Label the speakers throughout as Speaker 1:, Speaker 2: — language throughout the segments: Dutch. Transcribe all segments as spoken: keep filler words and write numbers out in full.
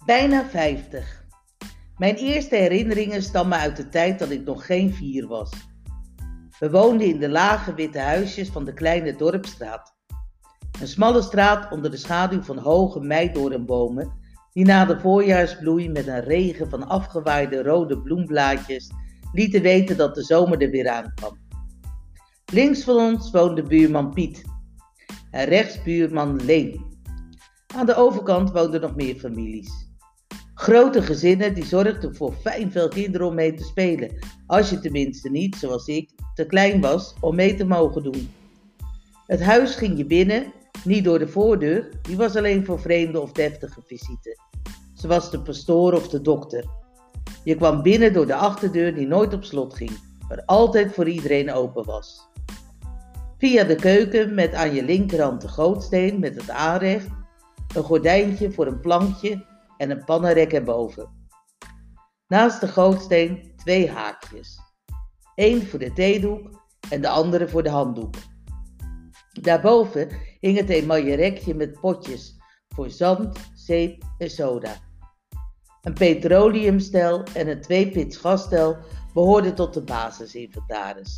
Speaker 1: Bijna vijftig. Mijn eerste herinneringen stammen uit de tijd dat ik nog geen vier was. We woonden in de lage witte huisjes van de kleine dorpsstraat. Een smalle straat onder de schaduw van hoge meidoornbomen die na de voorjaarsbloei met een regen van afgewaaide rode bloemblaadjes lieten weten dat de zomer er weer aankwam. Links van ons woonde buurman Piet en rechts buurman Leen. Aan de overkant woonden nog meer families. Grote gezinnen die zorgden voor fijn veel kinderen om mee te spelen, als je tenminste niet, zoals ik, te klein was om mee te mogen doen. Het huis ging je binnen, niet door de voordeur, die was alleen voor vreemde of deftige visite, zoals de pastoor of de dokter. Je kwam binnen door de achterdeur die nooit op slot ging, maar altijd voor iedereen open was. Via de keuken met aan je linkerhand de gootsteen met het aanrecht, een gordijntje voor een plankje en een pannenrek erboven. Naast de gootsteen twee haakjes. Eén voor de theedoek en de andere voor de handdoek. Daarboven hing het emaille rekje met potjes voor zand, zeep en soda. Een petroleumstel en een twee-pits gasstel behoorden tot de basisinventaris.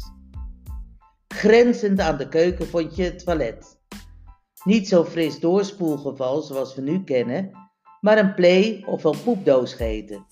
Speaker 1: Grenzend aan de keuken vond je het toilet. Niet zo fris doorspoelgeval zoals we nu kennen, maar een play of wel poepdoos geheten.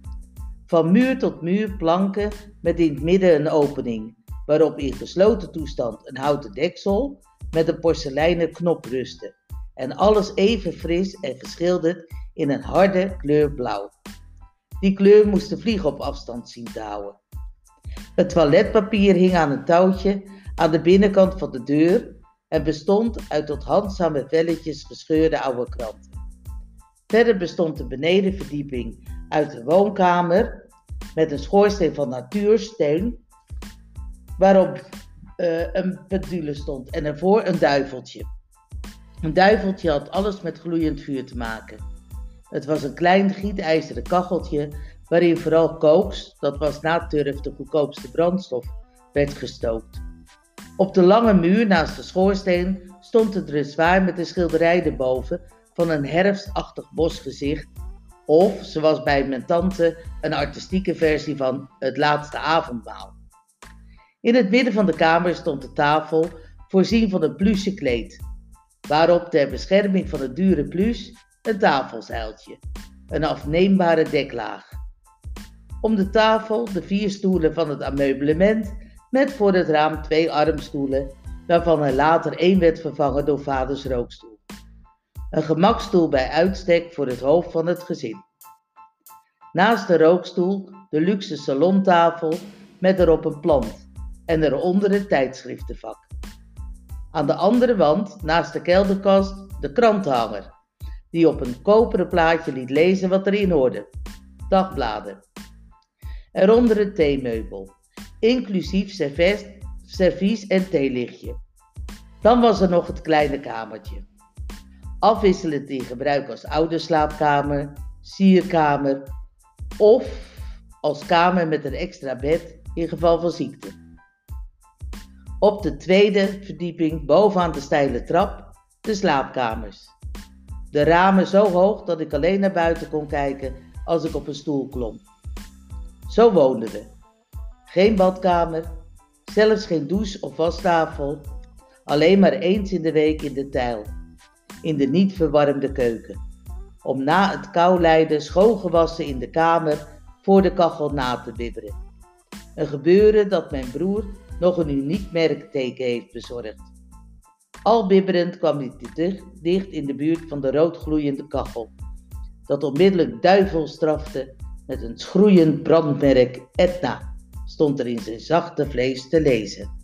Speaker 1: Van muur tot muur planken met in het midden een opening, waarop in gesloten toestand een houten deksel met een porseleinen knop rustte. En alles even fris en geschilderd in een harde kleur blauw. Die kleur moest de vlieg op afstand zien te houden. Het toiletpapier hing aan een touwtje aan de binnenkant van de deur en bestond uit tot handzame velletjes gescheurde oude kranten. Verder bestond de benedenverdieping uit een woonkamer met een schoorsteen van natuursteen waarop uh, een pendule stond en ervoor een duiveltje. Een duiveltje had alles met gloeiend vuur te maken. Het was een klein gietijzeren kacheltje waarin vooral kooks, dat was na turf de goedkoopste brandstof, werd gestookt. Op de lange muur naast de schoorsteen stond het dressoir met een schilderij erboven van een herfstachtig bosgezicht of, zoals bij mijn tante, een artistieke versie van Het Laatste Avondmaal. In het midden van de kamer stond de tafel, voorzien van een pluche kleed, waarop ter bescherming van het dure pluche een tafelzeiltje, een afneembare deklaag. Om de tafel de vier stoelen van het ameublement met voor het raam twee armstoelen, waarvan er later één werd vervangen door vaders rookstoel. Een gemakstoel bij uitstek voor het hoofd van het gezin. Naast de rookstoel de luxe salontafel met erop een plant en eronder het tijdschriftenvak. Aan de andere wand, naast de kelderkast, de krantenhanger, die op een koperen plaatje liet lezen wat erin hoorde. Dagbladen. Eronder het theemeubel, inclusief serves, servies en theelichtje. Dan was er nog het kleine kamertje. Afwisselend in gebruik als ouderslaapkamer, sierkamer of als kamer met een extra bed in geval van ziekte. Op de tweede verdieping, bovenaan de steile trap, de slaapkamers. De ramen zo hoog dat ik alleen naar buiten kon kijken als ik op een stoel klom. Zo woonden we. Geen badkamer, zelfs geen douche of wastafel, alleen maar eens in de week in de tijl, in de niet verwarmde keuken, om na het koulijden schoongewassen in de kamer voor de kachel na te bibberen. Een gebeuren dat mijn broer nog een uniek merkteken heeft bezorgd. Al bibberend kwam hij dicht in de buurt van de roodgloeiende kachel, dat onmiddellijk duivel strafte met een schroeiend brandmerk Etna, stond er in zijn zachte vlees te lezen.